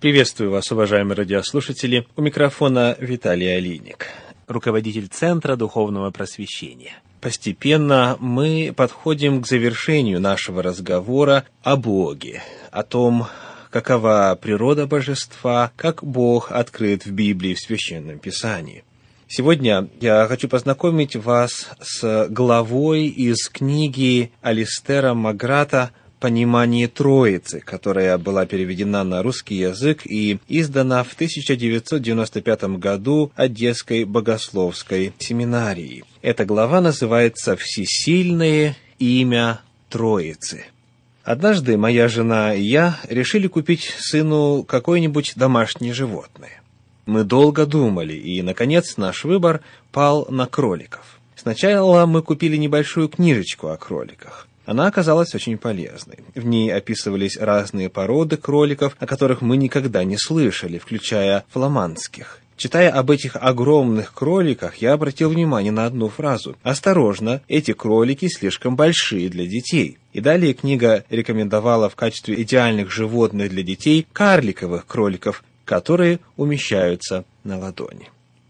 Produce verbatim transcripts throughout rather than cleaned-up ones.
Приветствую вас, уважаемые радиослушатели. У микрофона Виталий Алиник, руководитель Центра Духовного Просвещения. Постепенно мы подходим к завершению нашего разговора о Боге, о том, какова природа Божества, как Бог открыт в Библии, в Священном Писании. Сегодня я хочу познакомить вас с главой из книги Алистера Маграта «Понимание Троицы», которая была переведена на русский язык и издана в тысяча девятьсот девяносто пятом году Одесской богословской семинарией. Эта глава называется «Всесильное имя Троицы». Однажды моя жена и я решили купить сыну какое-нибудь домашнее животное. Мы долго думали, и, наконец, наш выбор пал на кроликов. Сначала мы купили небольшую книжечку о кроликах. Она оказалась очень полезной. В ней описывались разные породы кроликов, о которых мы никогда не слышали, включая фламандских. Читая об этих огромных кроликах, я обратил внимание на одну фразу. «Осторожно, эти кролики слишком большие для детей». И далее книга рекомендовала в качестве идеальных животных для детей карликовых кроликов, которые умещаются на ладони.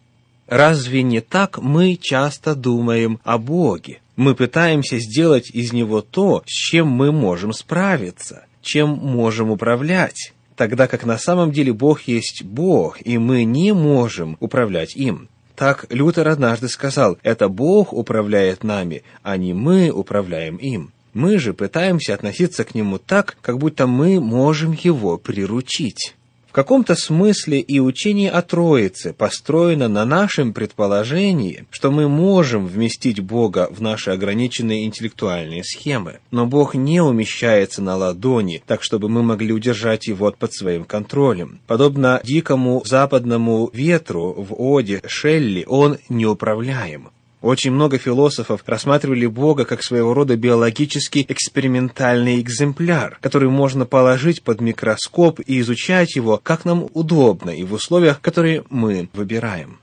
Разве не так мы часто думаем о Боге? Мы пытаемся сделать из Него то, с чем мы можем справиться, чем можем управлять, тогда как на самом деле Бог есть Бог, и мы не можем управлять им. Так Лютер однажды сказал: «Это Бог управляет нами, а не мы управляем им». Мы же пытаемся относиться к Нему так, как будто мы можем Его приручить. В каком-то смысле и учение о Троице построено на нашем предположении, что мы можем вместить Бога в наши ограниченные интеллектуальные схемы. Но Бог не умещается на ладони, так чтобы мы могли удержать Его под своим контролем. Подобно дикому западному ветру в оде Шелли, Он неуправляем. Очень много философов рассматривали Бога как своего рода биологический экспериментальный экземпляр, который можно положить под микроскоп и изучать его, как нам удобно и в условиях, которые мы выбираем.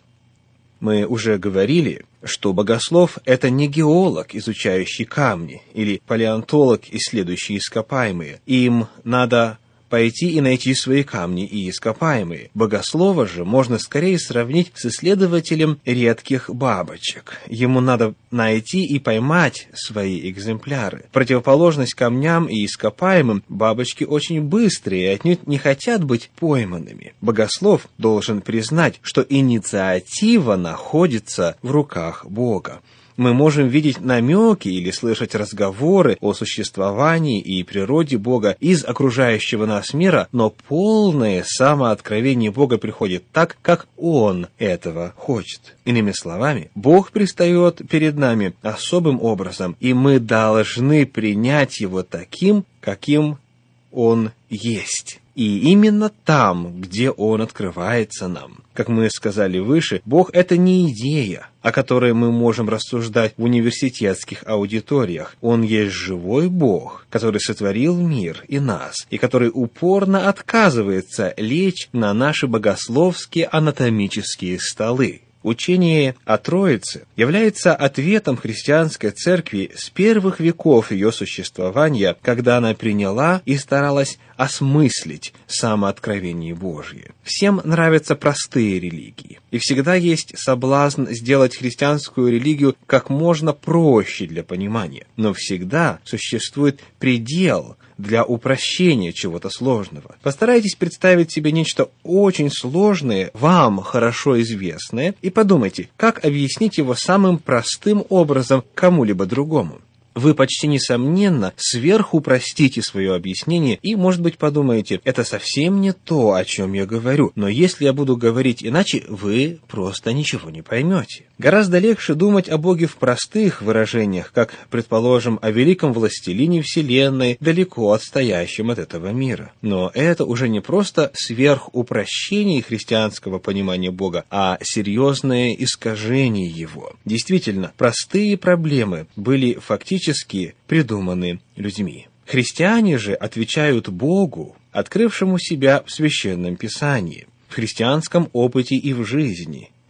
Мы уже говорили, что богослов – это не геолог, изучающий камни, или палеонтолог, исследующий ископаемые. Им надо пойти и найти свои камни и ископаемые. Богослова же можно скорее сравнить с исследователем редких бабочек. Ему надо найти и поймать свои экземпляры. В противоположность камням и ископаемым, бабочки очень быстрые и отнюдь не хотят быть пойманными. Богослов должен признать, что инициатива находится в руках Бога. Мы можем видеть намеки или слышать разговоры о существовании и природе Бога из окружающего нас мира, но полное самооткровение Бога приходит так, как Он этого хочет. Иными словами, Бог предстает перед нами особым образом, и мы должны принять Его таким, каким Он есть. И именно там, где Он открывается нам. Как мы сказали выше, Бог — это не идея, о которой мы можем рассуждать в университетских аудиториях. Он есть живой Бог, который сотворил мир и нас, и который упорно отказывается лечь на наши богословские анатомические столы. Учение о Троице является ответом христианской церкви с первых веков ее существования, когда она приняла и старалась осмыслить самооткровение Божье. Всем нравятся простые религии, и всегда есть соблазн сделать христианскую религию как можно проще для понимания, но всегда существует предел для упрощения чего-то сложного. Постарайтесь представить себе нечто очень сложное, вам хорошо известное, и подумайте, как объяснить его самым простым образом кому-либо другому. Вы почти несомненно сверхупростите свое объяснение и, может быть, подумаете: это совсем не то, о чем я говорю, но если я буду говорить иначе, вы просто ничего не поймете. Гораздо легче думать о Боге в простых выражениях, как, предположим, о великом властелине Вселенной, далеко отстоящем от этого мира. Но это уже не просто сверхупрощение христианского понимания Бога, а серьезное искажение его. Действительно, простые проблемы были фактически придуманы людьми. Христиане же отвечают Богу, открывшему себя в Священном Писании, в христианском опыте и в жизни,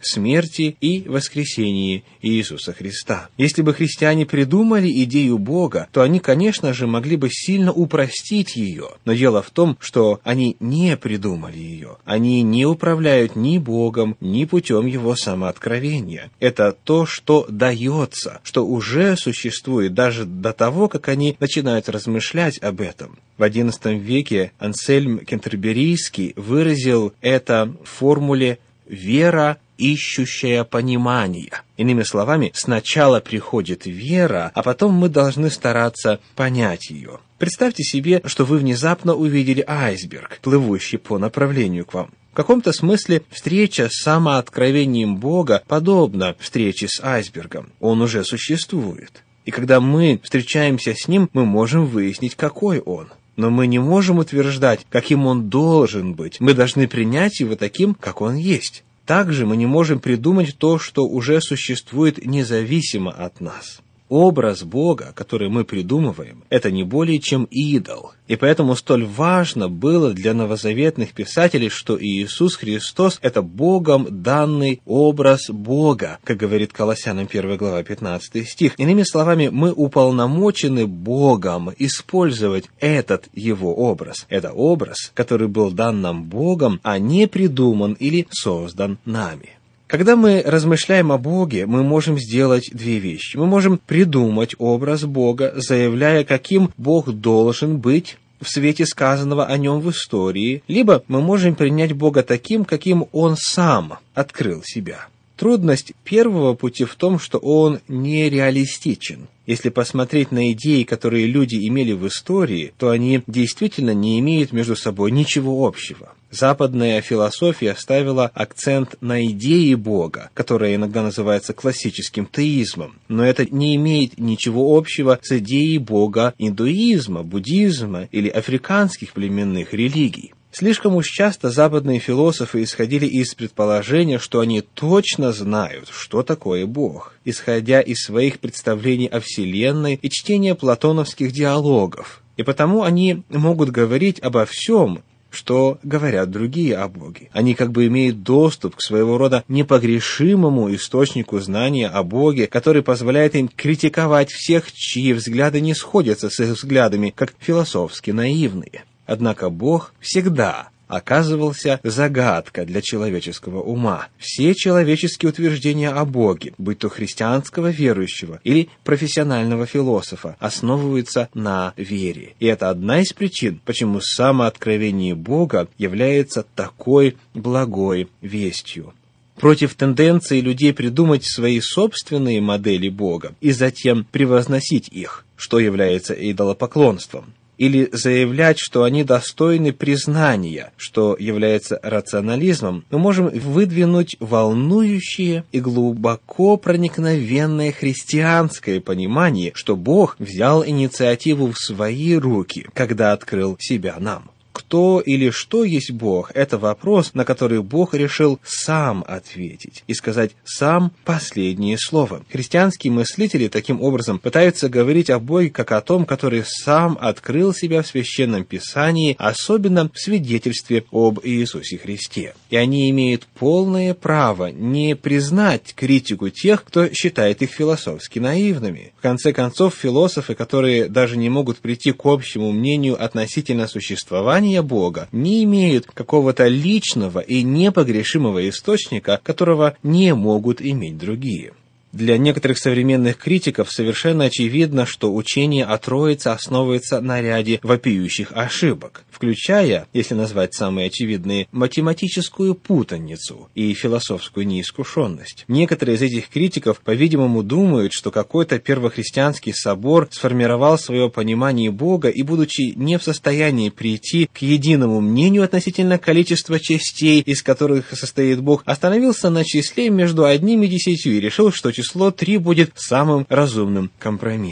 смерти и воскресении Иисуса Христа. Если бы христиане придумали идею Бога, то они, конечно же, могли бы сильно упростить ее. Но дело в том, что они не придумали ее. Они не управляют ни Богом, ни путем Его самооткровения. Это то, что дается, что уже существует даже до того, как они начинают размышлять об этом. В одиннадцатом веке Ансельм Кентерберийский выразил это в формуле «вера, ищущая понимания». Иными словами, сначала приходит вера, а потом мы должны стараться понять ее. Представьте себе, что вы внезапно увидели айсберг, плывущий по направлению к вам. В каком-то смысле встреча с самооткровением Бога подобна встрече с айсбергом. Он уже существует. И когда мы встречаемся с ним, мы можем выяснить, какой он. Но мы не можем утверждать, каким он должен быть. Мы должны принять его таким, как он есть. Также мы не можем придумать то, что уже существует независимо от нас. Образ Бога, который мы придумываем, это не более чем идол. И поэтому столь важно было для новозаветных писателей, что Иисус Христос – это Богом данный образ Бога, как говорит Колоссянам первая глава, пятнадцатый стих. Иными словами, мы уполномочены Богом использовать этот Его образ. Это образ, который был дан нам Богом, а не придуман или создан нами. Когда мы размышляем о Боге, мы можем сделать две вещи. Мы можем придумать образ Бога, заявляя, каким Бог должен быть в свете сказанного о нем в истории, либо мы можем принять Бога таким, каким Он сам открыл себя. Трудность первого пути в том, что он нереалистичен. Если посмотреть на идеи, которые люди имели в истории, то они действительно не имеют между собой ничего общего. Западная философия ставила акцент на идеи Бога, которая иногда называется классическим теизмом, но это не имеет ничего общего с идеей Бога индуизма, буддизма или африканских племенных религий. Слишком уж часто западные философы исходили из предположения, что они точно знают, что такое Бог, исходя из своих представлений о Вселенной и чтения платоновских диалогов. И потому они могут говорить обо всем, что говорят другие о Боге. Они как бы имеют доступ к своего рода непогрешимому источнику знания о Боге, который позволяет им критиковать всех, чьи взгляды не сходятся с их взглядами, как философски наивные. Однако Бог всегда оказывался загадка для человеческого ума. Все человеческие утверждения о Боге, будь то христианского верующего или профессионального философа, основываются на вере. И это одна из причин, почему самооткровение Бога является такой благой вестью. Против тенденции людей придумать свои собственные модели Бога и затем превозносить их, что является идолопоклонством, или заявлять, что они достойны признания, что является рационализмом, мы можем выдвинуть волнующее и глубоко проникновенное христианское понимание, что Бог взял инициативу в свои руки, когда открыл себя нам. Кто или что есть Бог – это вопрос, на который Бог решил сам ответить и сказать сам последнее слово. Христианские мыслители таким образом пытаются говорить о Боге как о том, который сам открыл себя в Священном Писании, особенно в свидетельстве об Иисусе Христе. И они имеют полное право не признать критику тех, кто считает их философски наивными. В конце концов, философы, которые даже не могут прийти к общему мнению относительно существования Бога, не имеют какого-то личного и непогрешимого источника, которого не могут иметь другие. Для некоторых современных критиков совершенно очевидно, что учение о Троице основывается на ряде вопиющих ошибок, включая, если назвать самые очевидные, математическую путаницу и философскую неискушенность. Некоторые из этих критиков, по-видимому, думают, что какой-то первохристианский собор сформировал свое понимание Бога и, будучи не в состоянии прийти к единому мнению относительно количества частей, из которых состоит Бог, остановился на числе между одним и десятью и решил, что число три будет самым разумным компромиссом.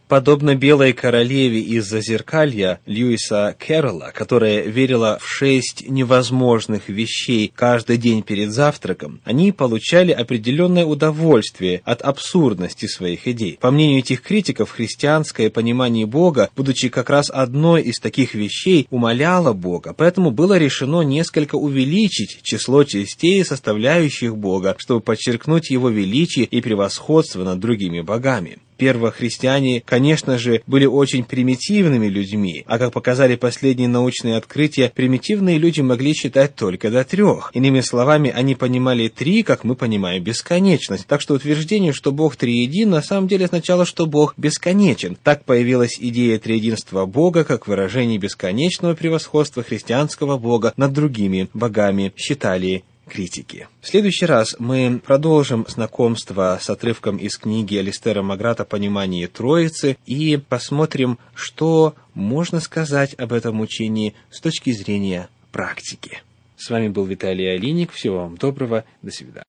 Подобно белой королеве из «Зазеркалья» Льюиса Кэрролла, которая верила в шесть невозможных вещей каждый день перед завтраком, они получали определенное удовольствие от абсурдности своих идей. По мнению этих критиков, христианское понимание Бога, будучи как раз одной из таких вещей, умаляло Бога, поэтому было решено несколько увеличить число частей, составляющих Бога, чтобы подчеркнуть Его величие и превосходство над другими богами. Первохристиане, конечно же, были очень примитивными людьми, а как показали последние научные открытия, примитивные люди могли считать только до трех. Иными словами, они понимали три, как мы понимаем бесконечность. Так что утверждение, что Бог триедин, на самом деле означало, что Бог бесконечен. Так появилась идея триединства Бога как выражение бесконечного превосходства христианского Бога над другими богами, считали критики. В следующий раз мы продолжим знакомство с отрывком из книги Алистера Маграта «Понимание Троицы» и посмотрим, что можно сказать об этом учении с точки зрения практики. С вами был Виталий Алиник. Всего вам доброго. До свидания.